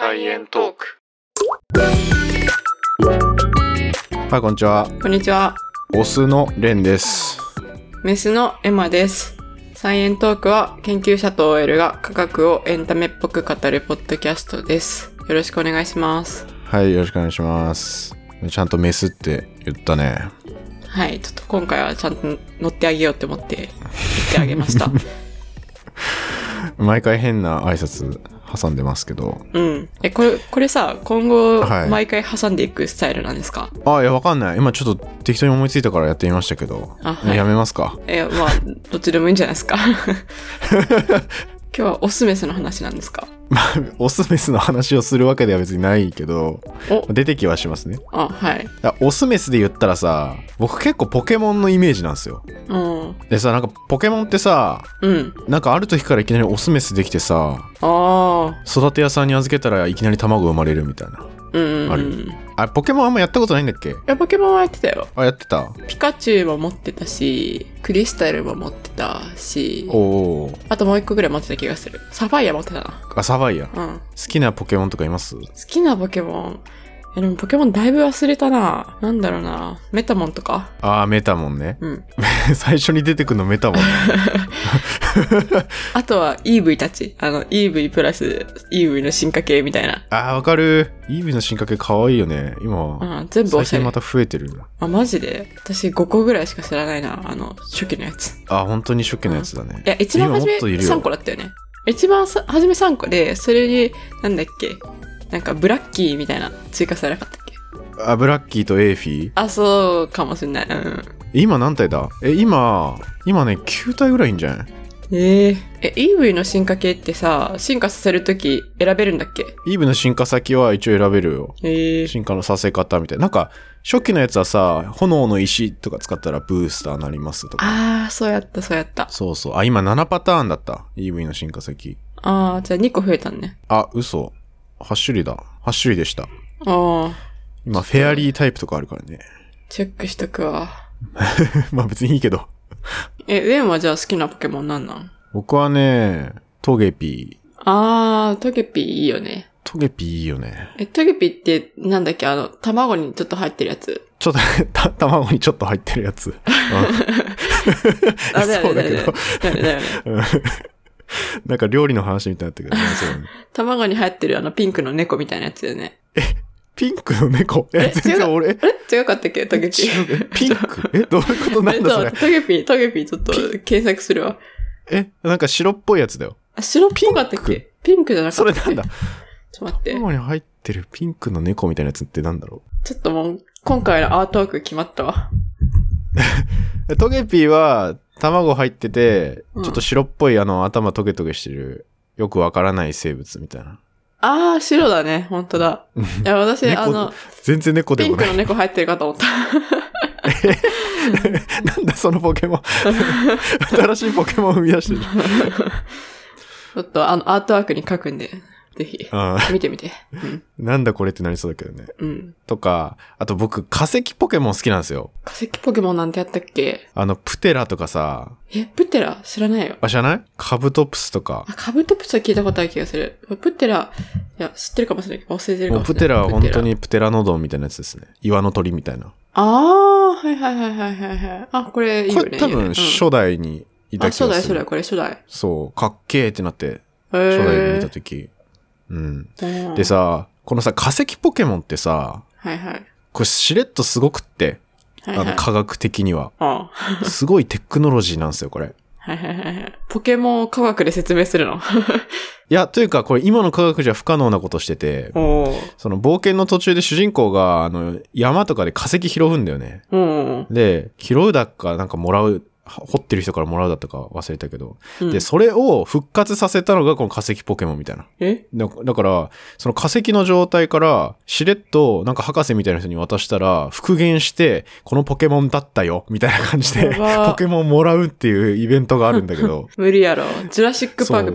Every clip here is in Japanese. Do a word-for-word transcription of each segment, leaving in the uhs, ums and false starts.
サイエントーク。 はい、こんにちは。 こんにちは。 オスのレンです。 メスのエマです。サイエントークは研究者と オーエル が科学をエンタメっぽく語るポッドキャストです。よろしくお願いします。 はい、よろしくお願いします。ちゃんとメスって言ったね。 はい、ちょっと今回はちゃんと乗ってあげようって思って言ってあげました毎回変な挨拶挟んでますけど。 うん。え、これ、これさ、今後、 はい、 毎回挟んでいくスタイルなんですか？ あ、いや、わかんない。今ちょっと適当に思いついたからやってみましたけど。 あ、はい、 やめますか？ え、まあ、どっちでもいいんじゃないですか。今日はオスメスの話なんですか？ まあ、オスメスの話をするわけでは別にないけど、出てきはしますね。 あ、はい。 オスメスで言ったらさ、僕結構ポケモンのイメージなんですよ。 うん。 でさ、なんかポケモンってさ、 うん。 なんかある時からいきなりオスメスできてさ、 あ育て屋さんに預けたらいきなり卵生まれるみたいな。 うんうんうん、 ある。あ、ポケモンあんまやったことないんだっけ？いや、ポケモンはやってたよ。 あ、やってた。 ピカチュウも持ってたし、クリスタルも持ってたし、 おー。 あともう一個ぐらい持ってた気がする。サファイア持ってたな。 あ、サファイア。 うん。 好きなポケモンとかいます？ 好きなポケモン。いやでもポケモンだいぶ忘れたな。なんだろうな。メタモンとか。 あー、メタモンね。 うん。 最初に出てくるのメタモン。 あとは イーブイ たち。あの イーブイ プラス イーブイ の進化系みたいな。 あー、わかる。イーブイ の進化系かわいいよね。今。 うん、全部おしゃれ。 最近また増えてる。 あ、マジで？私ごこぐらいしか知らないな。あの、初期のやつ。 あ、本当に初期のやつだね。 うん、いや、一番初めさんこだったよね。一番さ初めさんこで、それに、なんだっけ、なんかブラッキーみたいな追加されなかったっけ？ あ、ブラッキーとエーフィー？ あ、そうかもしれない。うん。 今何体だ？え、今、今ね、きゅうたいぐらいいんじゃない？ えー、え、イーブイ の進化系ってさ、進化させるとき選べるんだっけ？ イーブイ の進化先は一応選べるよ。 えー、 進化のさせ方みたいな。なんか、初期のやつはさ、炎の石とか使ったらブースターになりますとか。 あー、そうやった、そうやった。 そうそう。あ、今ななパターンだった。イーブイ の進化先。 あー、じゃあにこ増えたんね。 あ、嘘。はち種類だ。はち種類でした。 あー。 今、フェアリータイプとかあるからね。 チェックしとくわ。 まあ別にいいけど。 え、レンはじゃあ好きなポケモンなんなん？ 僕はね、トゲピー。 あー、トゲピーいいよね。 トゲピーいいよね。 え、トゲピーってなんだっけ？あの、卵にちょっと入ってるやつ。 ちょっと、た、卵にちょっと入ってるやつ。 あ、だよね。そうだけど。だよね、だよね。 なんか料理の話みたいになったけどね。そうね。 卵に入ってるあのピンクの猫みたいなやつだよね。 え、ピンクの猫？え、全然俺。 あれ違かったっけ？トゲピー。 ピンク？え、どういうことなんだそれ。 トゲピー、トゲピーちょっと検索するわ。 え、なんか白っぽいやつだよ。 あ、白っぽかったっけ？ピンクじゃなかったっけ？ それなんだ。 ちょっと待って。 卵に入ってるピンクの猫みたいなやつってなんだろう。ちょっともう、今回のアートワーク決まったわ。 トゲピーは、卵入ってて、ちょっと白っぽい、あの、頭トゲトゲしてる、よくわからない生物みたいな。 あー、白だね。ほんとだ。いや、私、あの、 全然猫でもない。 ピンクの猫入ってるかと思った。 なんだそのポケモン。新しいポケモン生み出してる。 ちょっと、あの、アートワークに書くんで、ぜひ、見てみて、うん。 なんだこれってなりそうだけどね。 うん。 とか、あと僕、化石ポケモン好きなんですよ。 化石ポケモンなんてやったっけ？ あの、プテラとかさ。 え、プテラ知らないよ。 あ、知らない？カブトプスとか。 あ、カブトプスは聞いたことある気がする。プテラ、いや、知ってるかもしれないけど、忘れてるかもしれない。 プテラは本当にプテラノドンみたいなやつですね。岩の鳥みたいな。 あー、はいはいはいはいはいはい。あ、これいいよね。 これ多分、初代にいた気がする。 あ、初代初代、これ初代。 そう、かっけーってなって、初代で見たとき。うん。でさ、このさ、化石ポケモンってさ、 はいはい。 これしれっとすごくって、 はいはい、 あの科学的には。 ああすごいテクノロジーなんですよ、これ。 はいはいはい。ポケモンを科学で説明するの？ いや、というか、これ今の科学じゃ不可能なことしてて、その冒険の途中で主人公が、あの、山とかで化石拾うんだよね。で、拾うだかなんかもらう、掘ってる人からもらうだったか忘れたけど、うん、でそれを復活させたのがこの化石ポケモンみたいな。 えだ, だからその化石の状態からしれっとなんか博士みたいな人に渡したら復元してこのポケモンだったよみたいな感じでポケモンもらうっていうイベントがあるんだけど無理やろ。ジュラシックパークみたい。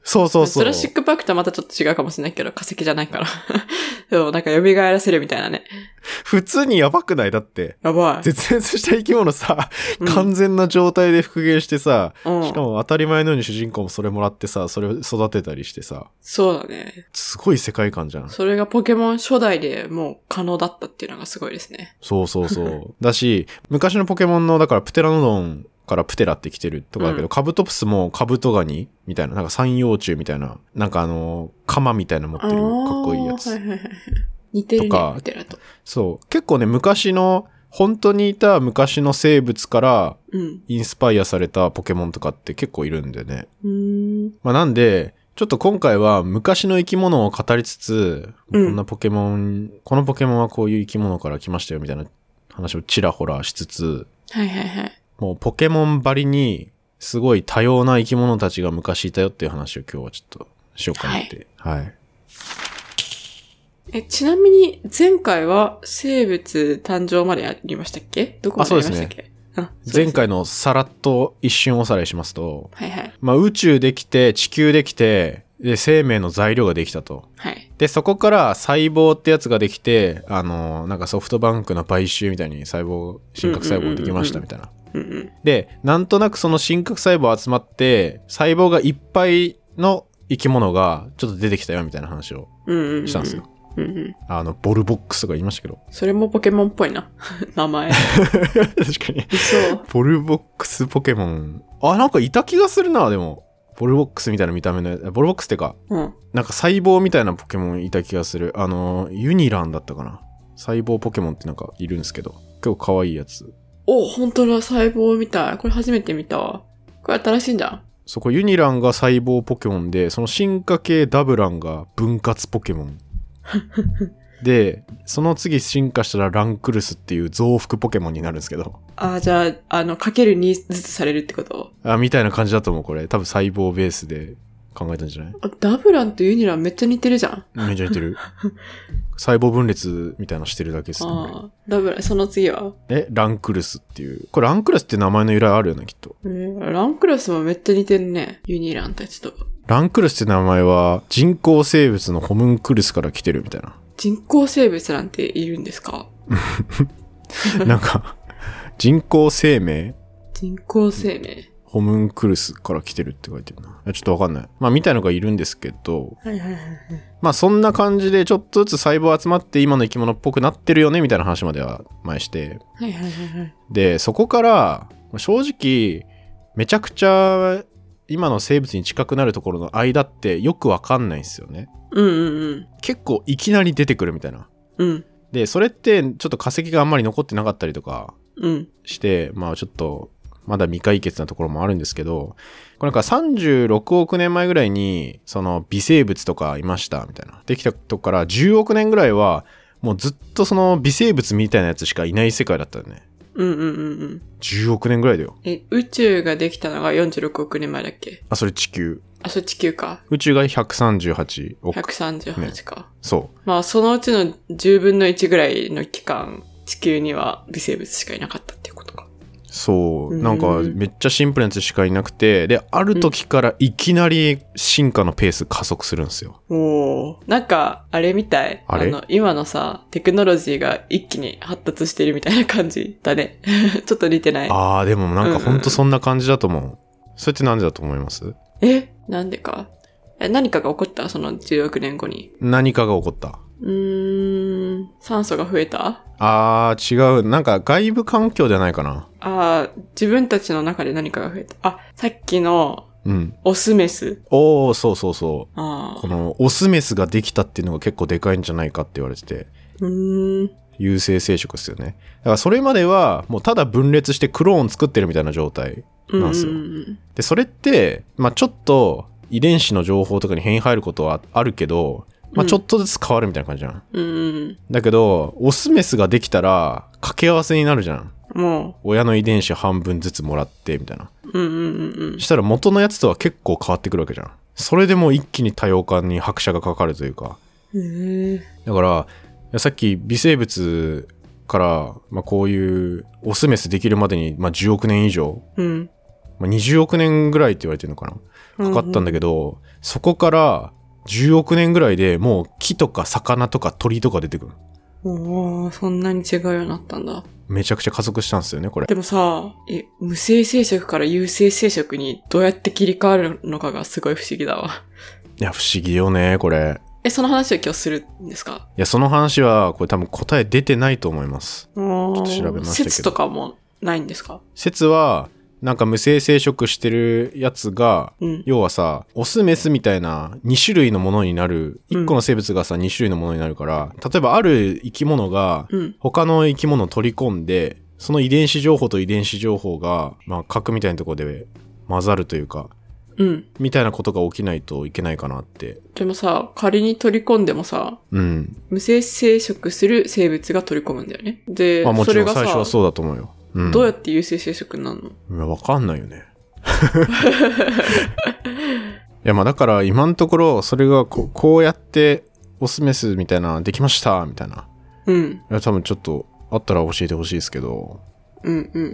そうそうそう。 ジュラシックパークとはまたちょっと違うかもしれないけど、化石じゃないから。でもなんか蘇らせるみたいなね。 普通にやばくない？だって。 やばい。 絶滅した生き物さ、うん、完全な状態で復元してさ、うん、しかも当たり前のように主人公もそれもらってさ、それを育てたりしてさ。 そうだね。 すごい世界観じゃん。 それがポケモン初代でもう可能だったっていうのがすごいですね。 そうそうそう。だし、昔のポケモンの、だからプテラノドン、からプテラって来てるとかだけど、うん、カブトプスもカブトガニみたいな、なんか三葉虫みたいな、なんかあの、カマみたいな持ってるかっこいいやつ。 はいはいはい、似てるね、とかプテラと。そう。 結構ね、昔の、本当にいた昔の生物からインスパイアされたポケモンとかって結構いるんでね。 うん、 まあなんで、ちょっと今回は昔の生き物を語りつつ、うん、こんなポケモン、このポケモンはこういう生き物から来ましたよみたいな話をちらほらしつつ、 はいはいはい。 もうポケモンばりにすごい多様な生き物たちが昔いたよっていう話を今日はちょっとしようかなって。はい。はい、 え、ちなみに前回は生物誕生までやりましたっけ？どこまでやりましたっけ？あ、そうですね。 あ、前回のさらっと一瞬おさらいしますと、 はいはい。 まあ宇宙できて地球できて、で生命の材料ができたと。 はい。 でそこから細胞ってやつができて、あのなんかソフトバンクの買収みたいに細胞真核細胞できましたみたいな。 うんうん、 で、なんとなくその真核細胞集まって、細胞がいっぱいの生き物がちょっと出てきたよみたいな話をしたんですよ。 うんうんうん、 あの、ボルボックスとか言いましたけど。 それもポケモンっぽいな。名前。 確かに。そう。ボルボックスポケモン。あ、なんかいた気がするな、でも。ボルボックスみたいな見た目の、ボルボックスってか、 うん、 なんか細胞みたいなポケモンいた気がする。あの、ユニランだったかな。細胞ポケモンってなんかいるんですけど、結構可愛いやつ。 お、本当だ、細胞みたい。これ初めて見たわ。これ新しいんじゃん。 そこユニランが細胞ポケモンで、その進化系ダブランが分割ポケモン。で、その次進化したらランクルスっていう増幅ポケモンになるんですけど。 あ、じゃあ、あの、かけるにずつされるってこと？ あ、みたいな感じだと思う、これ。多分細胞ベースで考えたんじゃない？ あ、ダブランとユニランめっちゃ似てるじゃん。 めっちゃ似てる。細胞分裂みたいなのしてるだけですね。 ああ、ダブラン、その次はえ、ランクルスっていう。これランクルスって名前の由来あるよね、きっと。 えー、ランクルスもめっちゃ似てるね。ユニランたちと。 ランクルスって名前は人工生物のホムンクルスから来てるみたいな。 人工生物なんているんですか？ なんか、人工生命人工生命ホムンクルスから来てるって書いてるな。ちょっとわかんない。まあ、みたいのがいるんですけど、 はいはいはい。 まあ、そんな感じでちょっとずつ細胞集まって今の生き物っぽくなってるよね、みたいな話までは前して。 はいはいはいはい。 で、そこから、正直、めちゃくちゃ今の生物に近くなるところの間ってよくわかんないんですよね。 うんうんうん。 結構いきなり出てくるみたいな。 うん。 で、それってちょっと化石があんまり残ってなかったりとかして、 うん、 まあちょっとまだ未解決なところもあるんですけど、これなんかさんじゅうろくおくねんまえぐらいにその微生物とかいましたみたいな。できたとこからじゅうおくねんぐらいはもうずっとその微生物みたいなやつしかいない世界だったよね。 うんうんうんうん。 じゅうおくねんぐらいだよ。 え、宇宙ができたのがよんじゅうろくおくねんまえだっけ？ あ、それ地球。 あ、それ地球か。 宇宙がひゃくさんじゅうはちおく。 ひゃくさんじゅうはちか。ね、 そう。 まあ、そのうちのじゅうぶんのいちぐらいの期間、地球には微生物しかいなかったっていうことか。 そう。なんか、めっちゃシンプルなやつしかいなくて、で、ある時からいきなり進化のペース加速するんですよ。 うん、おー。なんか、あれみたい。 あれ？ あの、今のさ、テクノロジーが一気に発達してるみたいな感じだね。ちょっと似てない。 あー、でもなんかほんとそんな感じだと思う。うんうん、それってなんでだと思います？ え？なんでか？え、何かが起こった？そのじゅうおくねんごに。 何かが起こった。 うーん、酸素が増えた？ あー、違う。なんか外部環境じゃないかな。 あー、自分たちの中で何かが増えた。あ、さっきの、 うん。 オスメス。 おー、そうそうそう。 あー。 このオスメスができたっていうのが結構でかいんじゃないかって言われてて。 うーん。 有性生殖ですよね。だからそれまではもうただ分裂してクローン作ってるみたいな状態なんですよ。 うんうんうん、 で、それって、まあちょっと遺伝子の情報とかに変異入ることはあるけど、まあちょっとずつ変わるみたいな感じじゃん。 うんうん、 だけど、オスメスができたら掛け合わせになるじゃん。 もう。 親の遺伝子半分ずつもらってみたいな。 うんうんうんうん。 したら元のやつとは結構変わってくるわけじゃん。それでもう一気に多様化に拍車がかかるというか。 へー。 だから、さっき微生物から、まあ、こういうオスメスできるまでに、まあ、じゅうおくねん以上まあ、にじゅうおくねんぐらいって言われてるのかな、かかったんだけど、うんうん、そこからじゅうおくねんぐらいでもう木とか魚とか鳥とか出てくる。 おー、そんなに違うようになったんだ。 めちゃくちゃ加速したんですよね、これ。 でもさ、え、無性生殖から有性生殖にどうやって切り替わるのかがすごい不思議だわ。 いや、不思議よね、これ。 え、その話を今日するんですか？ いや、その話は、これ多分答え出てないと思います。ちょっと調べましたけど。 説とかもないんですか？ 説は、なんか無性生殖してるやつが、うん、要はさ、オスメスみたいなに種類のものになる、いっこの生物がさ、に種類のものになるから、例えばある生き物が、他の生き物を取り込んで、その遺伝子情報と遺伝子情報が、まあ、核みたいなところで混ざるというか、うん。みたいなことが起きないといけないかなって。 でもさ、仮に取り込んでもさ、うん。無性生殖する生物が取り込むんだよね。で、 まあもちろん最初はそうだと思うよ。 うん、どうやって有性生殖になるの？ いや、わかんないよね。いや、まあだから今のところ、それがこ う, こうやって、オスメスみたいな、できました、みたいな。うん。いや、多分ちょっと、あったら教えてほしいですけど。うんうんうんうん。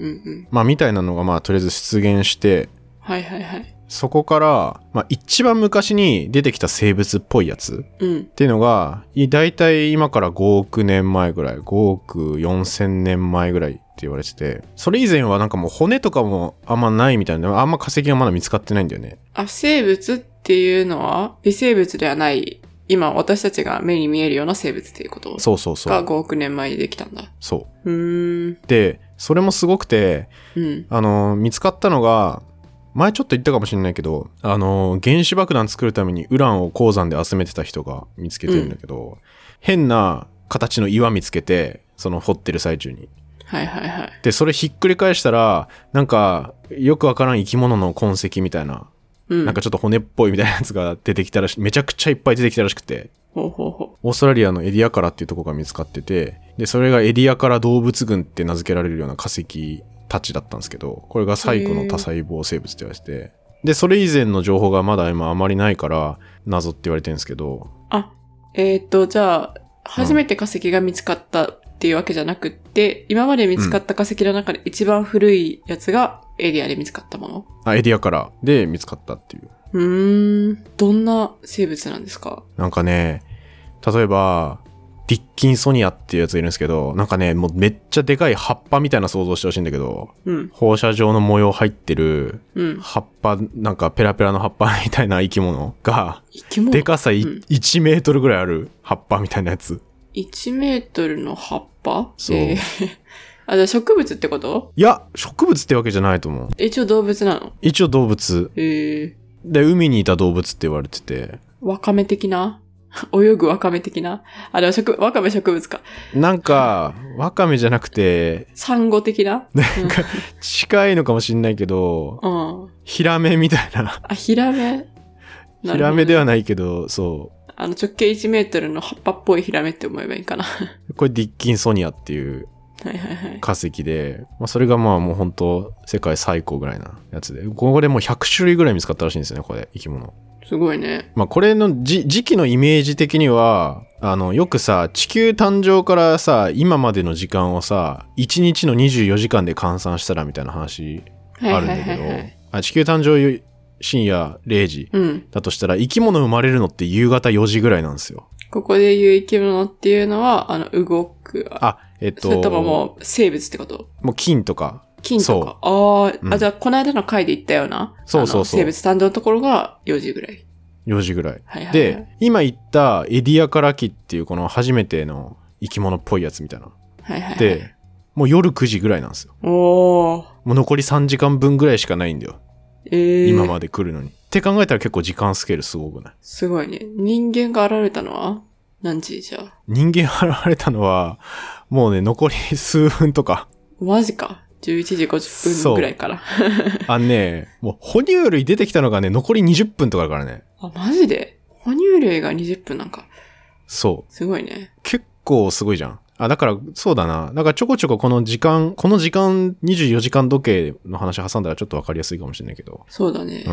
まあみたいなのが、まあとりあえず出現して。 はいはいはい。 そこから、まあ一番昔に出てきた生物っぽいやつ。うん。っていうのが、だいたい今からごおくねんまえぐらい、ごおくよんせんねんまえぐらいって言われてて、それ以前はなんかもう骨とかもあんまないみたいな、あんま化石がまだ見つかってないんだよね。 あ、生物っていうのは微生物ではない、今私たちが目に見えるような生物っていうことそうそうそう。 がごおくねんまえにできたんだ。 そう。うーん。 で、それもすごくて、うん、あの、見つかったのが、前ちょっと言ったかもしれないけど、あの、原子爆弾作るためにウランを鉱山で集めてた人が見つけてるんだけど、うん、変な形の岩見つけて、その掘ってる最中に。 はいはいはい。 で、それひっくり返したら、なんか、よくわからん生き物の痕跡みたいな、うん、なんかちょっと骨っぽいみたいなやつが出てきたらし、めちゃくちゃいっぱい出てきたらしくて、 ほうほうほう。 オーストラリアのエディアカラっていうところが見つかってて、で、それがエディアカラ動物群って名付けられるような化石たちだったんですけど、これが最古の多細胞生物って言われてて、で、それ以前の情報がまだ今あまりないから謎って言われてるんですけど。 あ、えっと、じゃあ、初めて化石が見つかったっていうわけじゃなくって、うん、今まで見つかった化石の中で一番古いやつがエディアで見つかったもの？ あ、エディアからで見つかったっていう。 うーん、どんな生物なんですか？ なんかね、例えば、ディッキンソニアっていうやつがいるんですけど、なんかね、もうめっちゃでかい葉っぱみたいな想像してほしいんだけど、うん、放射状の模様入ってる、葉っぱ、なんかペラペラの葉っぱみたいな生き物が、 生き物？ でかさ、うん、いちメートルぐらいある葉っぱみたいなやつ。 いちメートルの葉っぱ？そう。えー、あ、じゃあ植物ってこと？ いや、植物ってわけじゃないと思う。 一応動物なの？ 一応動物。 へー。 で、海にいた動物って言われてて。 ワカメ的な？泳ぐワカメ的な？あれは植、ワカメ植物か。 なんか、ワカメじゃなくて、 サンゴ的な？ なんか、近いのかもしんないけど、うん、ヒラメみたいな。 あ、ヒラメ？ ヒラメではないけど、そう。 あの、直径いちメートルの葉っぱっぽいヒラメって思えばいいかな。 これディッキンソニアっていう化石で、まあ、それがまあもう本当世界最高ぐらいなやつで、ここでもうひゃく種類ぐらい見つかったらしいんですよね、これ、生き物。 すごいね。 まあこれのじ時期のイメージ的には、あの、よくさ、地球誕生からさ、今までの時間をさ、いちにちのにじゅうよじかんで換算したらみたいな話あるんだけど、あ、地球誕生深夜れいじだとしたら、うん、生き物生まれるのって夕方よじぐらいなんですよ。 ここで言う生き物っていうのは、あの、動く。 あ、えっと。 それとももう生物ってこと？ もう菌とか。 菌とか。あ、うん、あ、じゃあこの間の回で言ったような。 そうそうそう。 生物誕生のところがよじぐらい。 よじぐらい。 はいはいはい、 で、今言ったエディアカラキっていうこの初めての生き物っぽいやつみたいな。 はいはいはい、 で、もう夜くじぐらいなんですよ。 おー。 もう残りさんじかんぶんぐらいしかないんだよ。 えー、 今まで来るのに。って考えたら結構時間スケールすごくない？ すごいね。人間が現れたのは何時じゃあ？ 人間現れたのは、もうね、残り数分とか。 マジか。じゅういちじごじゅっぷんぐらいから。 あのね、もう哺乳類出てきたのがね、残りにじゅっぷんとかだからね。 あ、マジで？哺乳類がにじゅっぷんなんか。 そう。 すごいね。 結構すごいじゃん。あ、だから、そうだな。だからちょこちょここの時間、この時間にじゅうよじかん時計の話挟んだらちょっとわかりやすいかもしれないけど。 そうだね。 うん。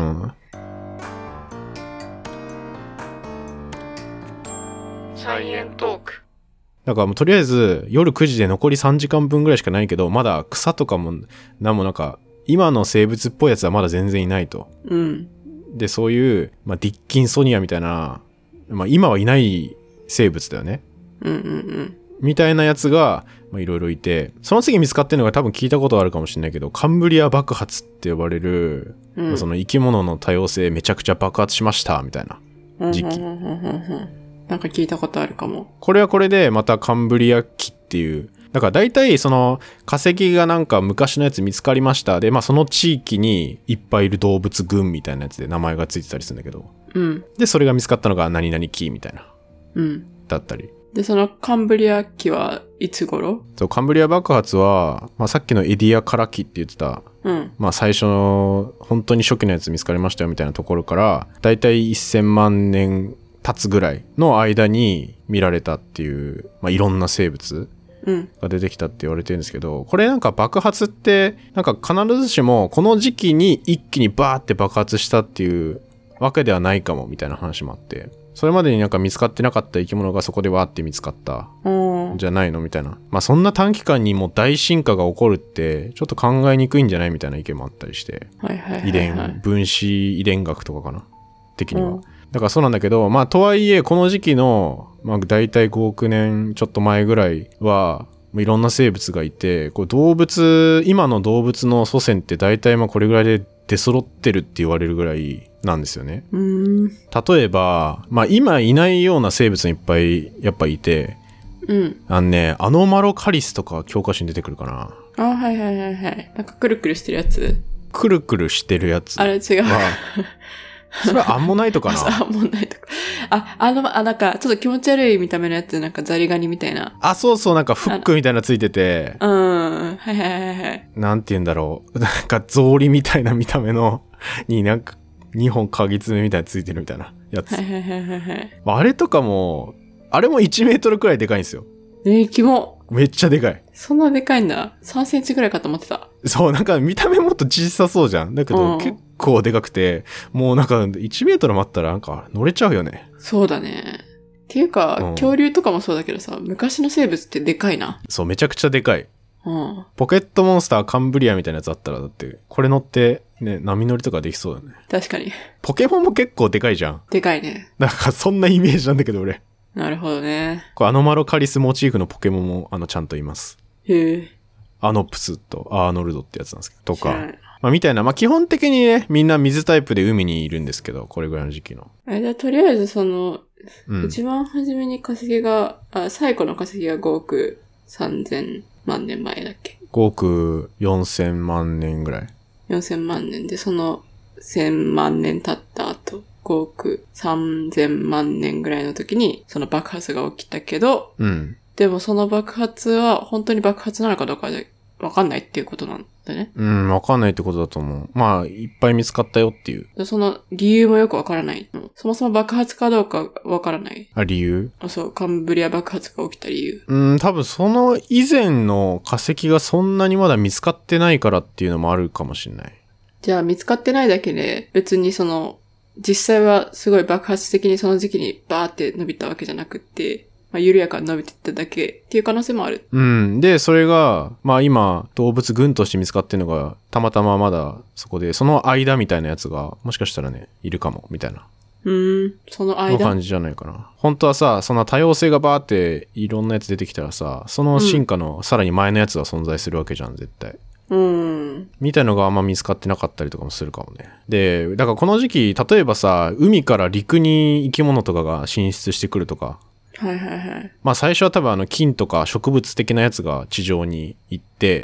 サイエントーク。 だからもうとりあえず夜くじで残りさんじかんぶんぐらいしかないけど、まだ草とかもなんもなんか今の生物っぽいやつはまだ全然いないと。 うん。 で、そういう、まあ、ディッキンソニアみたいな、まあ、今はいない生物だよね。 うんうんうん。 みたいなやつが、まあ、いろいろいて、その次見つかってるのが多分聞いたことあるかもしれないけど、カンブリア爆発って呼ばれる、うん、まあ、その生き物の多様性めちゃくちゃ爆発しましたみたいな時期。 なんか聞いたことあるかも。 これはこれでまたカンブリア紀っていう、だから大体その化石がなんか昔のやつ見つかりましたで、まあその地域にいっぱいいる動物群みたいなやつで名前がついてたりするんだけど、 うん、 でそれが見つかったのが何々紀みたいな、 うん、 だったり。 でそのカンブリア紀はいつ頃？ そうカンブリア爆発は、まあ、さっきのエディアカラ紀って言ってた、 うん、 まあ最初の本当に初期のやつ見つかりましたよみたいなところからだいたいせんまんねん経つぐらいの間に見られたっていう、まあ、いろんな生物が出てきたって言われてるんですけど、これなんか爆発ってなんか必ずしもこの時期に一気にバーって爆発したっていうわけではないかもみたいな話もあって、それまでになんか見つかってなかった生き物がそこでわーって見つかったじゃないのみたいな、まあそんな短期間にもう大進化が起こるってちょっと考えにくいんじゃないみたいな意見もあったりして、 はいはいはいはい、 遺伝分子遺伝学とかかな的には。だからそうなんだけど、まあとはいえこの時期のまあ大体ごおくねんちょっと前ぐらいはいろんな生物がいて、こう動物今の動物の祖先って大体まあこれぐらいで出揃ってるって言われるぐらいなんですよね。 うーん、 例えばまあ今いないような生物がいっぱいやっぱいて、 うん、 あのねアノマロカリスとか教科書に出てくるかな。 あ、はいはいはいはい。なんかくるくるしてるやつ。 くるくるしてるやつ。 あれ違う。 それはアンモナイトかな。 アンモナイトか。あ、あの、あ、なんか、ちょっと気持ち悪い見た目のやつ、なんかザリガニみたいな。 あ、そうそう、なんかフックみたいなついてて。 うん、はいはいはいはい。 なんて言うんだろう。なんか草履みたいな見た目の、になんかにほんかぎ爪みたいなついてるみたいなやつ。 はいはいはいはいはい。 あれとかも、あれもいちメートルくらいでかいんですよ。 えー、キモ。 めっちゃでかい。 そんなでかいんだ。さんセンチくらいかと思ってた。 そう、なんか見た目もっと小さそうじゃん。だけど、うん、結構でかくて、もうなんかいちメートルもあったらなんか乗れちゃうよね。 そうだね。っていうか、うん、恐竜とかもそうだけどさ、昔の生物ってでかいな。 そう、めちゃくちゃでかい。 うん、 ポケットモンスターカンブリアみたいなやつあったら、だってこれ乗ってね、波乗りとかできそうだね。 確かに。 ポケモンも結構でかいじゃん。 でかいね。 なんかそんなイメージなんだけど俺。 なるほどね。 これアノマロカリスモチーフのポケモンもあのちゃんといます。 へえ。 アノプスとアーノルドってやつなんですけど。とか。まあみたいな。まあ基本的にね、みんな水タイプで海にいるんですけど、これぐらいの時期の。 え、じゃあとりあえずその、うん、一番初めに化石が、あ、最古の化石がごおくさんぜんまんねんまえだっけ？ ごおくよんせんまんねんぐらい。 よんせんまんねんで、そのせんまんねん経った後、ごおくさんぜんまんねんぐらいの時にその爆発が起きたけど、 うん、 でもその爆発は本当に爆発なのかどうかでわかんないっていうことなんだね。 うん、わかんないってことだと思う。まあ、いっぱい見つかったよっていう。 その理由もよくわからない。そもそも爆発かどうかわからない。 あ、理由？ あ、そう、カンブリア爆発が起きた理由。 うん、多分その以前の化石がそんなにまだ見つかってないからっていうのもあるかもしれない。 じゃあ見つかってないだけで、別にその、実際はすごい爆発的にその時期にバーって伸びたわけじゃなくって、まあ、緩やかに伸びていっただけっていう可能性もある。 うん。で、それが、まあ今、動物群として見つかってるのが、たまたままだそこで、その間みたいなやつが、もしかしたらね、いるかも、みたいな。 うーん、その間。 の感じじゃないかな。本当はさ、そんな多様性がバーっていろんなやつ出てきたらさ、その進化のさらに前のやつは存在するわけじゃん、絶対。 うん。 みたいのがあんま見つかってなかったりとかもするかもね。で、だからこの時期、例えばさ、海から陸に生き物とかが進出してくるとか、 はいはいはい。 まあ最初は多分あの菌とか植物的なやつが地上に行って、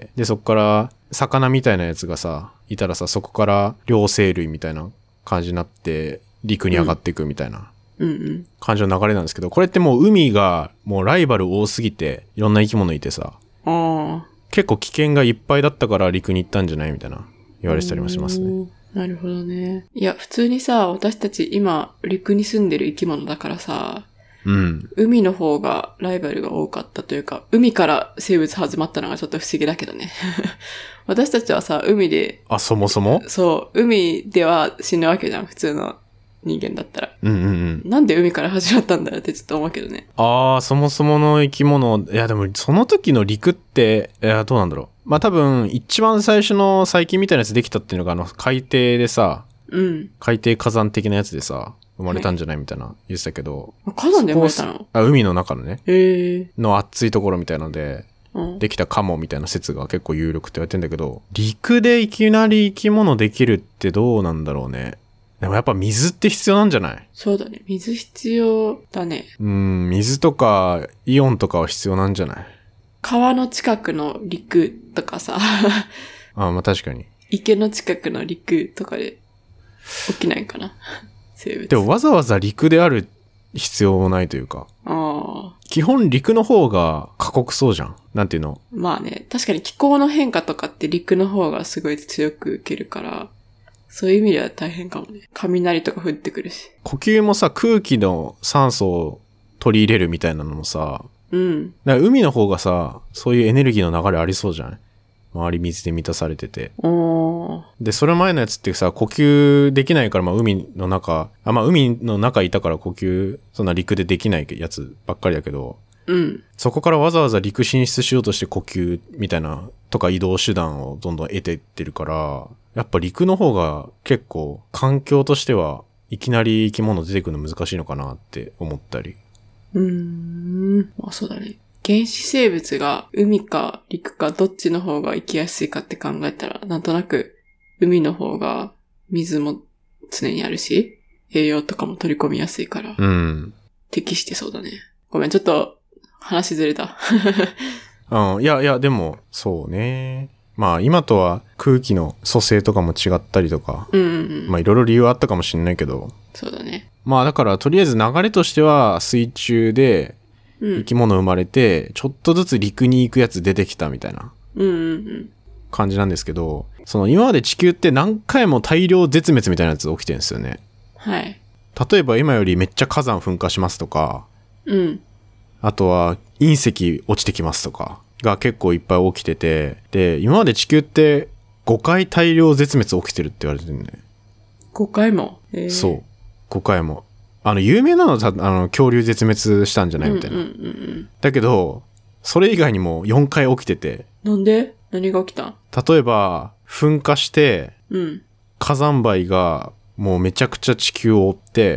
でそこから魚みたいなやつがさ、いたらさ、そこから両生類みたいな感じになって陸に上がっていくみたいな感じの流れなんですけど、これってもう海がもうライバル多すぎていろんな生き物いてさ、 あ結構危険がいっぱいだったから陸に行ったんじゃないみたいな言われてたりもしますね。 なるほどね。いや普通にさ、私たち今陸に住んでる生き物だからさ、 うん、 海の方がライバルが多かったというか、海から生物始まったのがちょっと不思議だけどね。私たちはさ、海で、 あ、そもそもそう、海では死ぬわけじゃん、普通の人間だったら。 うんうんうん。 なんで海から始まったんだろうってちょっと思うけどね。 ああ、そもそもの生き物、いやでもその時の陸って、いやどうなんだろまあ多分一番最初の最近みたいなやつできたっていうのがあの海底でさ、 うん、 海底火山的なやつでさ生まれたんじゃないみたいな言ってたけど、 はい、火山で生まれたの？ あ、海の中のね、 へーの熱いところみたいので、うん、できたかもみたいな説が結構有力って言われてんだけど、陸でいきなり生き物できるってどうなんだろうね。でもやっぱ水って必要なんじゃない？ そうだね。水必要だね。 うん、水とかイオンとかは必要なんじゃない？ 川の近くの陸とかさ。 ああ、まあ確かに。 池の近くの陸とかで起きないかな。生物。 でもわざわざ陸である必要もないというか。 ああ。 基本陸の方が過酷そうじゃん。なんていうの？ まあね。確かに気候の変化とかって陸の方がすごい強く受けるから、そういう意味では大変かもね。雷とか降ってくるし。 呼吸もさ、空気の酸素を取り入れるみたいなのもさ、 うん。 だから海の方がさ、そういうエネルギーの流れありそうじゃない？周り水で満たされてて。 おー。 で、それ前のやつってさ、呼吸できないから、まあ海の中、あ、まあ海の中いたから呼吸、そんな陸でできないやつばっかりだけど、 うん。 そこからわざわざ陸進出しようとして呼吸みたいな、とか移動手段をどんどん得てってるから、やっぱ陸の方が結構環境としてはいきなり生き物出てくるの難しいのかなって思ったり。 うーん。まあそうだね。原始生物が海か陸かどっちの方が生きやすいかって考えたら、なんとなく海の方が水も常にあるし、栄養とかも取り込みやすいから、 うん。 適してそうだね。ごめん、ちょっと話ずれた。 うん、いやいや、でも、そうね。まあ今とは空気の組成とかも違ったりとか、 うんうんうん、 まあいろいろ理由はあったかもしれないけど、 そうだね。 まあだからとりあえず流れとしては水中で生き物生まれて、うん、ちょっとずつ陸に行くやつ出てきたみたいな感じなんですけど、その今まで地球って何回も大量絶滅みたいなやつ起きてるんですよね。 はい。 例えば今よりめっちゃ火山噴火しますとか、 うん。 あとは隕石落ちてきますとかが結構いっぱい起きてて、で、今まで地球ってごかい大量絶滅起きてるって言われてるね。 ごかいも？えー、 そう。ごかいも。あの、有名なのは、あの、恐竜絶滅したんじゃないみたいな。 うんうんうんうん、だけど、それ以外にもよんかい起きてて。 なんで？何が起きた？ 例えば、噴火して、 うん、 火山灰がもうめちゃくちゃ地球を覆って、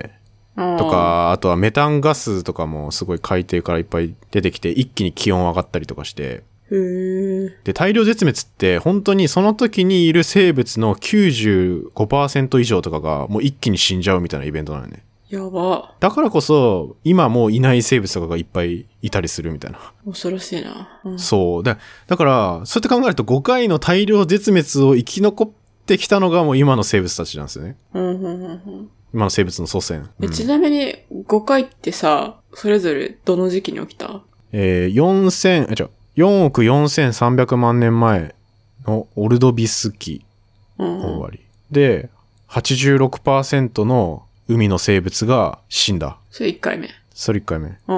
とか、あとはメタンガスとかもすごい海底からいっぱい出てきて、一気に気温上がったりとかして。 へー。 で、大量絶滅って本当にその時にいる生物の きゅうじゅうごパーセント 以上とかがもう一気に死んじゃうみたいなイベントなのね。 やば。 だからこそ、今もういない生物とかがいっぱいいたりするみたいな。 恐ろしいな。 うん、そう。だ、だから、そうやって考えるとごかいの大量絶滅を生き残ってきたのがもう今の生物たちなんですよね。 うんうんうんうん、 今の生物の祖先。 うん、ちなみにごかいってさ、それぞれどの時期に起きた？ えー、よんせん、あ、違う、よんおくよんせんさんびゃくまんねんまえのオルドビス期終わり。うん、で、はちじゅうろくパーセント の海の生物が死んだ。 それいっかいめ。 それいっかいめ。 うん。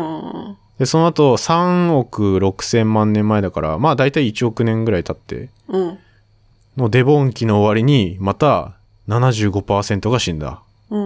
で、その後さんおくろくせんまんねんまえだから、まあだいたいいちおくねんぐらい経って、 うん。 のデボン期の終わりに、また ななじゅうごパーセント が死んだ。 うん。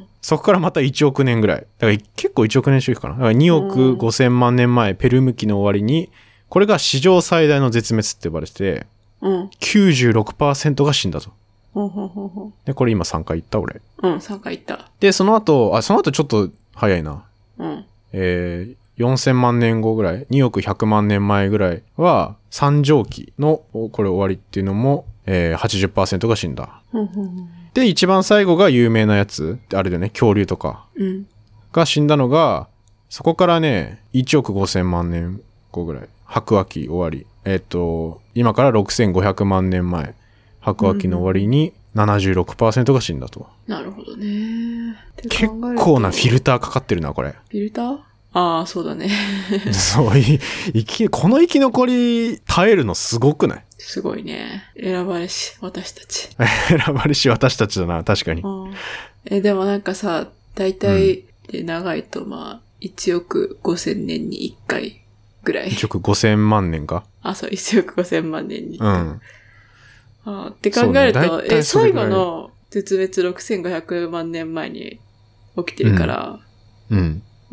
そこからまたいちおくねんぐらい。だから結構いちおくねん周期かな。だからにおくごせんまんねんまえ、ペルム期の終わりに、これが史上最大の絶滅って呼ばれてて、 うん、 きゅうじゅうろくパーセント が死んだと。 ほうほうほうほう。 で、これ今さんかい言った俺。 うん、さんかい言った。 で、その後、あ、その後ちょっと早いな。 うん。 えー、よんせんまんねんごぐらい、におくひゃくまんねんまえぐらいは、三畳紀の、これ終わりっていうのも、えー、はちじゅっパーセント が死んだ。 ほうほうほう。 で、一番最後が有名なやつ、あれだよね、恐竜とか。 うん。が死んだのが、そこからね、いちおくごせんまんねんごぐらい。白亜紀終わり。えっと、今からろくせんごひゃくまんねんまえ。白亜紀の終わりに ななじゅうろくパーセント が死んだと。 なるほどね。 結構なフィルターかかってるな、これ。 フィルター？ああ、そうだね。 そうい、生き、この生き残り耐えるのすごくない？ すごいね。選ばれし、私たち。 選ばれし私たちだな、確かに。 え、でもなんかさ、大体で長いとまあ、いちおくごせんねんにいっかいぐらい。 いちおくごせんまんねんか？ あ、そう、いちおくごせんまんねんにいっかい。 うん。 あって考えると、ね、え、最後の絶滅ろくせんごひゃくまんねんまえに起きてるから、 うん。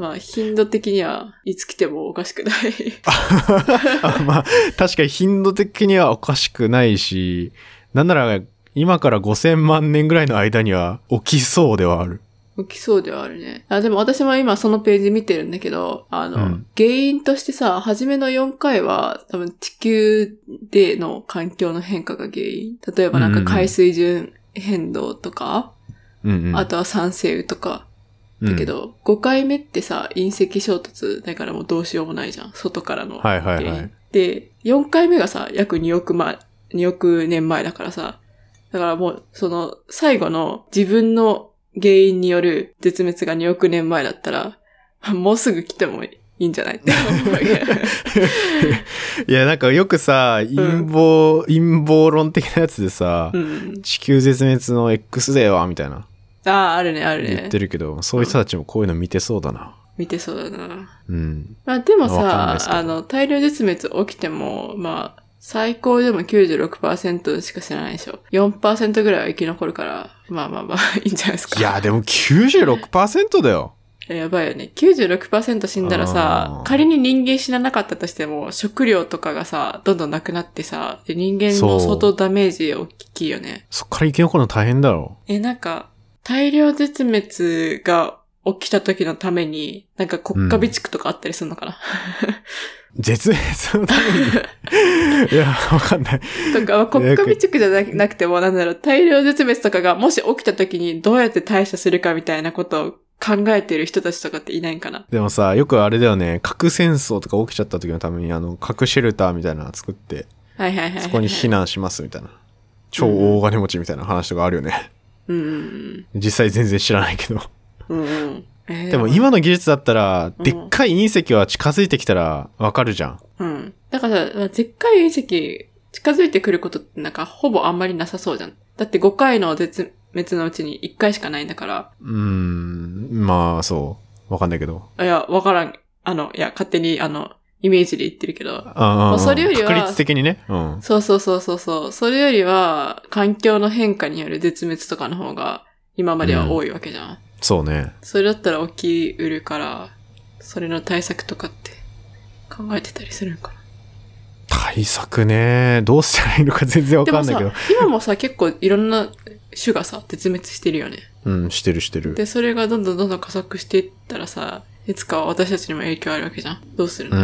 まあ、頻度的にはいつ来てもおかしくないあ。まあ、確かに頻度的にはおかしくないし、なんなら今からごせんまんねんぐらいの間には起きそうではある。 起きそうではあるね。あ、でも私も今そのページ見てるんだけど、あの、うん、原因としてさ、初めのよんかいは多分地球での環境の変化が原因。例えばなんか海水準変動とか、うんうん、あとは酸性雨とか。だけど、うん、ごかいめってさ、隕石衝突だからもうどうしようもないじゃん。外からの。 はいはいはい。 で、よんかいめがさ、約におくまえ、におくねんまえだからさ、だからもう、その、最後の自分の原因による絶滅がにおくねんまえだったら、もうすぐ来てもいいんじゃないって思うわけ。 いや、なんかよくさ、陰謀、うん、陰謀論的なやつでさ、うん、地球絶滅の X デーはみたいな。 ああ、あるね、あるね。 言ってるけど、そういう人たちもこういうの見てそうだな。うん、 見てそうだな。 うん。 まあでもさ、あの、大量絶滅起きても、まあ、最高でも きゅうじゅうろくパーセント しか知らないでしょ。よんパーセント ぐらいは生き残るから、まあまあまあ、いいんじゃないですか。 いや、でも きゅうじゅうろくパーセント だよ。 やばいよね。きゅうじゅうろくパーセント 死んだらさ、仮に人間死ななかったとしても、食料とかがさ、どんどんなくなってさ、で人間の相当ダメージ大きいよね。 そっから生き残るの大変だろ。 え、なんか、大量絶滅が起きた時のために、なんか国家備蓄とかあったりするのかな、 うん、絶滅のためにいや、わかんない。 とか、国家備蓄じゃなくても、なんだろう、大量絶滅とかがもし起きた時にどうやって対処するかみたいなことを考えてる人たちとかっていないんかな。 でもさ、よくあれだよね、核戦争とか起きちゃった時のために、あの、核シェルターみたいなの作って、 はいはいはい、はい。 そこに避難しますみたいな。超大金持ちみたいな話とかあるよね。 うんうん、 実際全然知らないけど、 うんうんえー、 でも今の技術だったら、うん、でっかい隕石は近づいてきたらわかるじゃん。 うん。だから、でっかい隕石近づいてくることってなんかほぼあんまりなさそうじゃん。だってごかいの絶滅のうちにいっかいしかないんだから。 うーん、まあそう。わかんないけど。 いや、わからん。あの、いや、勝手にあの、イメージで言ってるけど。 ああ、 まあ、それよりは。 確率的にね。うん。 そうそうそうそうそう。それよりは、環境の変化による絶滅とかの方が、今までは多いわけじゃん。うん、 そうね。 それだったら起きうるから、それの対策とかって考えてたりするんかな。 対策ね。どうしたらいいのか全然わかんないけど。 今もさ、結構いろんな種がさ、絶滅してるよね。 うん、してるしてる。 で、それがどんどんどんどん加速していったらさ、いつかは私たちにも影響あるわけじゃん。どうするの？ うん。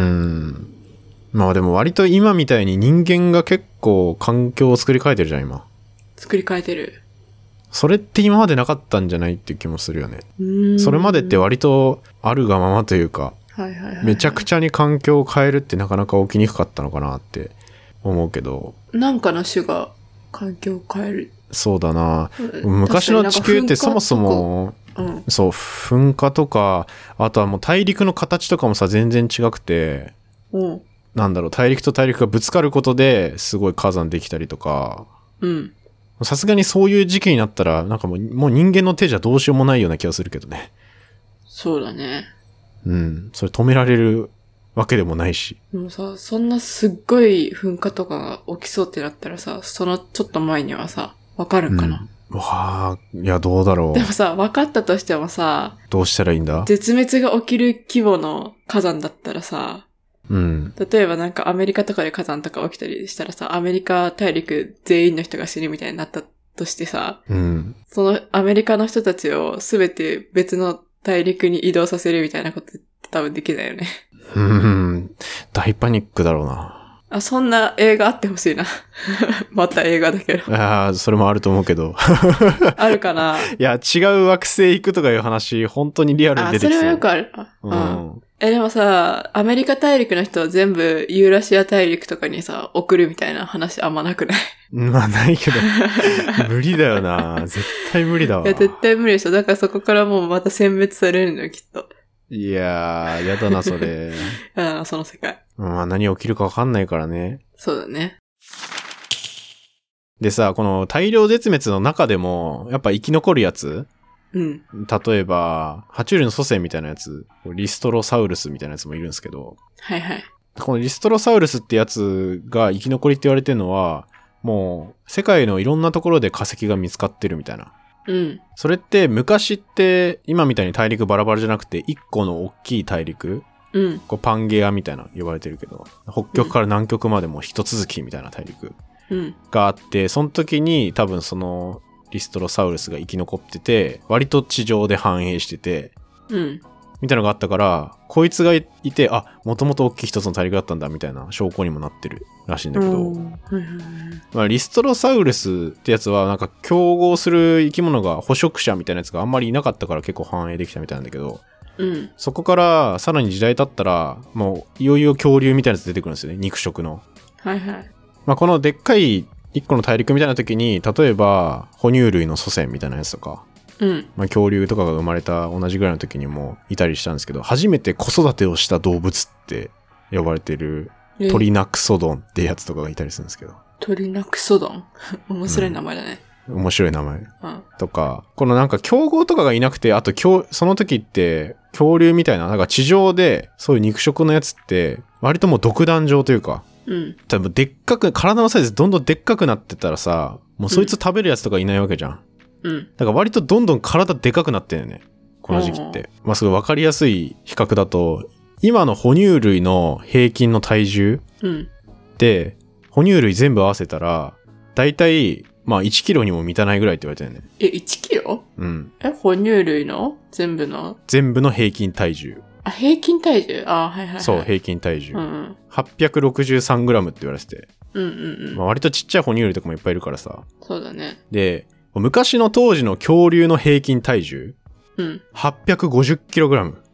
まあでも割と今みたいに人間が結構環境を作り変えてるじゃん、今。 作り変えてる。 それって今までなかったんじゃないっていう気もするよね。それまでって割とあるがままというか、 はいはいはいはい、 めちゃくちゃに環境を変えるってなかなか起きにくかったのかなって思うけど。 なんかの種が環境を変える。 そうだな。昔の地球ってそもそも、うん、そう、噴火とか、あとはもう大陸の形とかもさ、全然違くて、 うん、 なんだろう、大陸と大陸がぶつかることですごい火山できたりとか、 うん。 さすがにそういう時期になったら、なんかもう、もう人間の手じゃどうしようもないような気がするけどね。 そうだね。 うん。それ止められるわけでもないし。 でもさ、そんなすっごい噴火とかが起きそうってなったらさ、そのちょっと前にはさ、わかるんかな、 うん、わあ、いや、どうだろう。 でもさ、わかったとしてもさ、 どうしたらいいんだ？ 絶滅が起きる規模の火山だったらさ、 うん。 例えばなんかアメリカとかで火山とか起きたりしたらさ、アメリカ大陸全員の人が死ぬみたいになったとしてさ、 うん。 そのアメリカの人たちをすべて別の大陸に移動させるみたいなことって多分できないよね。 うん。大パニックだろうな。 あ、そんな映画あってほしいな。また映画だけど。 ああ、それもあると思うけど。 あるかな。 いや、違う惑星行くとかいう話、本当にリアルに出てきそう。 あ、それはよくある。 うん。うんえ、でもさ、アメリカ大陸の人は全部ユーラシア大陸とかにさ、送るみたいな話あんまなくない？ まあないけど、無理だよな。絶対無理だわ。 いや、絶対無理でしょ。だからそこからもうまた殲滅されるのよ、きっと。 いやー、やだな、それ。 やだな、その世界。 まあ何起きるかわかんないからね。 そうだね。 でさ、この大量絶滅の中でも、やっぱ生き残るやつ？ うん。 例えば、爬虫類の祖先みたいなやつ、リストロサウルスみたいなやつもいるんですけど、 はいはい。 このリストロサウルスってやつが生き残りって言われてるのは、もう世界のいろんなところで化石が見つかってるみたいな。 うん。 それって昔って今みたいに大陸バラバラじゃなくて一個の大きい大陸、 うん、 こうパンゲアみたいな呼ばれてるけど、北極から南極までも一続きみたいな大陸があって、うん、その時に多分そのリストロサウルスが生き残ってて、割と地上で繁栄してて、 うん、 みたいなのがあったから、こいつがいて、あ、もともと大きい一つの大陸だったんだみたいな証拠にもなってるらしいんだけど、まあ、リストロサウルスってやつはなんか競合する生き物が捕食者みたいなやつがあんまりいなかったから結構繁栄できたみたいなんだけど、 うん、 そこからさらに時代経ったらもういよいよ恐竜みたいなやつ出てくるんですよね、肉食の。 はいはい。 まあ、このでっかい一個の大陸みたいな時に、例えば哺乳類の祖先みたいなやつとか、 うん、 まあ、恐竜とかが生まれた同じぐらいの時にもいたりしたんですけど、初めて子育てをした動物って呼ばれてるトリナクソドンってやつとかがいたりするんですけど。 トリナクソドン面白い名前だね。 うん、面白い名前。 うん、 とか、このなんか競合とかがいなくて、あとその時って恐竜みたいな、なんか地上でそういう肉食のやつって割ともう独壇場というか、 うん、 多分でっかく、体のサイズどんどんでっかくなってたらさ、もうそいつ食べるやつとかいないわけじゃん。 うん。 だから割とどんどん体でかくなってるよね。この時期って。まあすごいわかりやすい比較だと、今の哺乳類の平均の体重で、うん、哺乳類全部合わせたら、だいたいまあいちキロにも満たないぐらいって言われてるね。 え、いちキロ？ うん。 え、哺乳類の全部の全部の平均体重。 あ、平均体重？あ、はいはいはい。 そう、平均体重。 うんうん、 はっぴゃくろくじゅうさんグラムって言われてて。 うんうんうん。 まあ割とちっちゃい哺乳類とかもいっぱいいるからさ。 そうだね。 で、昔の当時の恐竜の平均体重、 うん、 はっぴゃくごじゅっキログラム。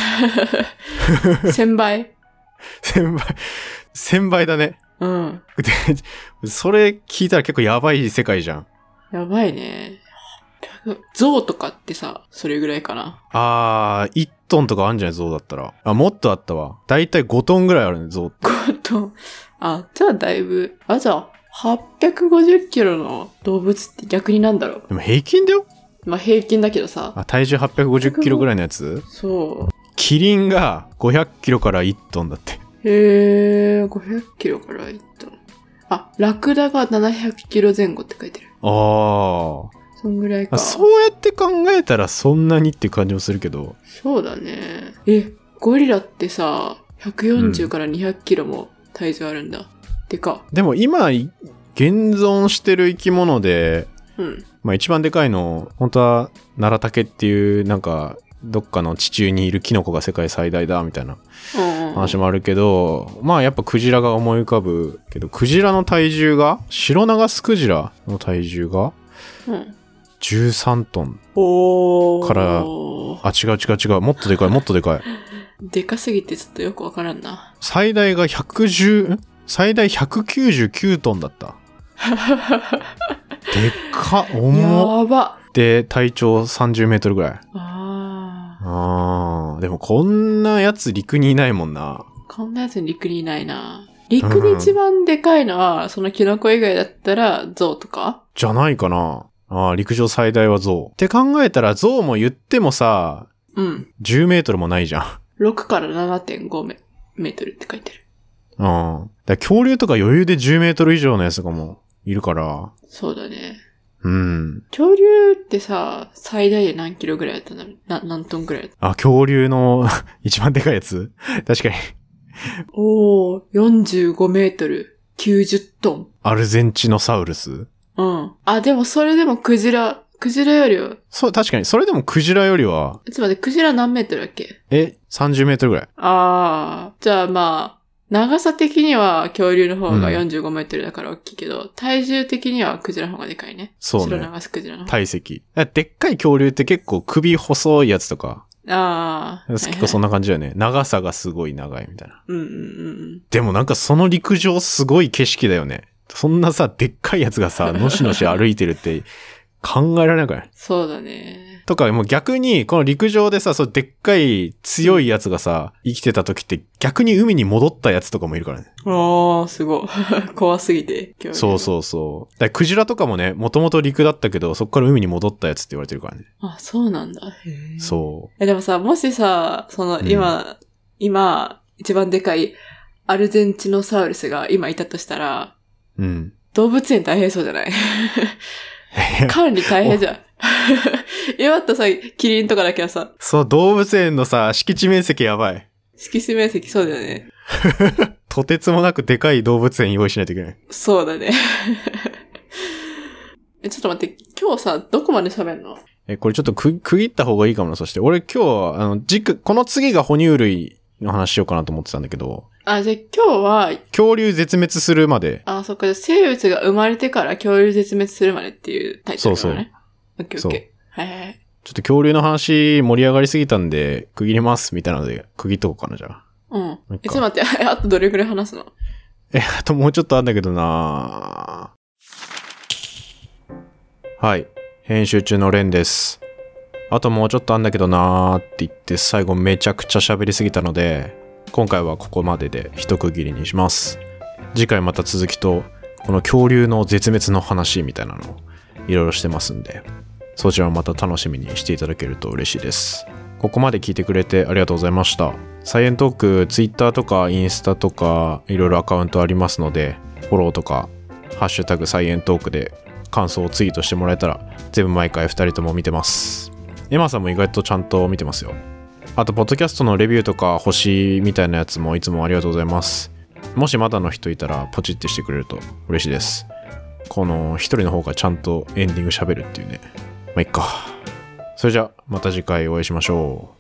せんばい千倍。千倍だね。 うん。 で、それ聞いたら結構やばい世界じゃん。 やばいね。象とかってさ、それぐらいかな。 あー、いちトンとかあるんじゃない象だったら。あ、もっとあったわ。だいたいごトンぐらいあるね、象って。 ごトン。あ、じゃあだいぶ、あ、じゃあ、はっぴゃくごじゅっキロの動物って逆になんだろう。 でも平均だよ。 まあ平均だけどさ。 あ、体重はっぴゃくごじゅっキロぐらいのやつ？ そう。 キリンがごひゃくキロからいちトンだって。 へー、ごひゃくキロからいちトン。あ、ラクダがななひゃくキロ前後って書いてる。 あー。 そんぐらいか。 そうやって考えたらそんなにっていう感じもするけど。 そうだね。え、ゴリラってさ、ひゃくよんじゅうからにひゃくキロも体重あるんだ。うん、でか。 でも今、現存してる生き物で、 うん。 まあ一番でかいの、本当は、ナラタケっていう、なんか、どっかの地中にいるキノコが世界最大だ、みたいな話もあるけど、うんうん、まあやっぱクジラが思い浮かぶけど、クジラの体重が、シロナガスクジラの体重が、 うん、 じゅうさんトン。 おー。 から、あ、違う違う違う。もっとでかい、もっとでかい。でかすぎてちょっとよくわからんな。 最大がひゃくじゅう、最大ひゃくきゅうじゅうきゅうトンだった。でっか、重っ。 やば。 で、体長さんじゅうメートルぐらい。 ああ。あー、でもこんなやつ陸にいないもんな。 こんなやつ陸にいないな。陸で一番でかいのは、うん、そのキノコ以外だったら、象とかじゃないかな。ああ、陸上最大は象。って考えたら象も言ってもさ、 うん。 じゅうメートルもないじゃん。 ろくからななてんごメートルって書いてる。 うん。だ恐竜とか余裕でじゅうメートル以上のやつとかもいるから。 そうだね。 うん。 恐竜ってさ、最大で何キロぐらいだったんだろう？な、何トンぐらいだった？ あ、恐竜の一番でかいやつ？確かに。 おー、よんじゅうごメートル、きゅうじゅっトン。 アルゼンチノサウルス？ うん。あ、でもそれでもクジラ、クジラよりは。 そう、確かに。それでもクジラよりは。 ちょっと待って、クジラ何メートルだっけ？ え、さんじゅうメートルぐらい。 あー。じゃあまあ、長さ的には恐竜の方がよんじゅうごメートルだから大きいけど、うん、体重的にはクジラの方がでかいね。 そうね。 白長スクジラの方。 体積。でっかい恐竜って結構首細いやつとか。 ああ。 結構そんな感じだよね。長さがすごい長いみたいな。 うんうんうん。 でもなんかその陸上すごい景色だよね。そんなさ、でっかいやつがさ、のしのし歩いてるって考えられなくない？そうだね。 とか、もう逆に、この陸上でさ、そうでっかい強いやつがさ、生きてた時って逆に海に戻ったやつとかもいるからね。 ああ、すごい。怖すぎて。 そうそうそう。だからクジラとかもね、もともと陸だったけど、そっから海に戻ったやつって言われてるからね。 あ、そうなんだ。へそう。 え、でもさ、もしさ、その今、うん、今、一番でかいアルゼンチノサウルスが今いたとしたら、 うん。 動物園大変そうじゃない？管理大変じゃん。 今ってさ、キリンとかだけはさ。 そう、動物園のさ、敷地面積やばい。 敷地面積そうだよね。 とてつもなくでかい動物園用意しないといけない。 そうだね。え、ちょっと待って、今日さ、どこまで喋るの？ え、これちょっと区切った方がいいかもな。そして、俺今日、あの、軸、この次が哺乳類の話しようかなと思ってたんだけど。 あ、じゃあ今日は、 恐竜絶滅するまで。 あ、そっか、生物が生まれてから恐竜絶滅するまでっていうタイトルだね。そうそう。オッケーオッケー。はいはい。 ちょっと恐竜の話盛り上がりすぎたんで、区切りますみたいなので、区切っとこうかな、じゃあ。 うん。え、ちょっと待って、あとどれくらい話すの？ え、あともうちょっとあんだけどなはい。編集中のレンです。あともうちょっとあんだけどなーって言って最後めちゃくちゃ喋りすぎたので、今回はここまでで一区切りにします。次回また続きと、この恐竜の絶滅の話みたいなのをいろいろしてますんで、そちらをまた楽しみにしていただけると嬉しいです。ここまで聞いてくれてありがとうございました。サイエントーク、ツイッターとかインスタとかいろいろアカウントありますので、フォローとか、ハッシュタグサイエントークで感想をツイートしてもらえたら、全部毎回ふたりとも見てます。エマさんも意外とちゃんと見てますよ。あと、ポッドキャストのレビューとか星みたいなやつもいつもありがとうございます。もしまだの人いたらポチってしてくれると嬉しいです。この一人の方がちゃんとエンディング喋るっていうね。まあ、いっか。それじゃまた次回お会いしましょう。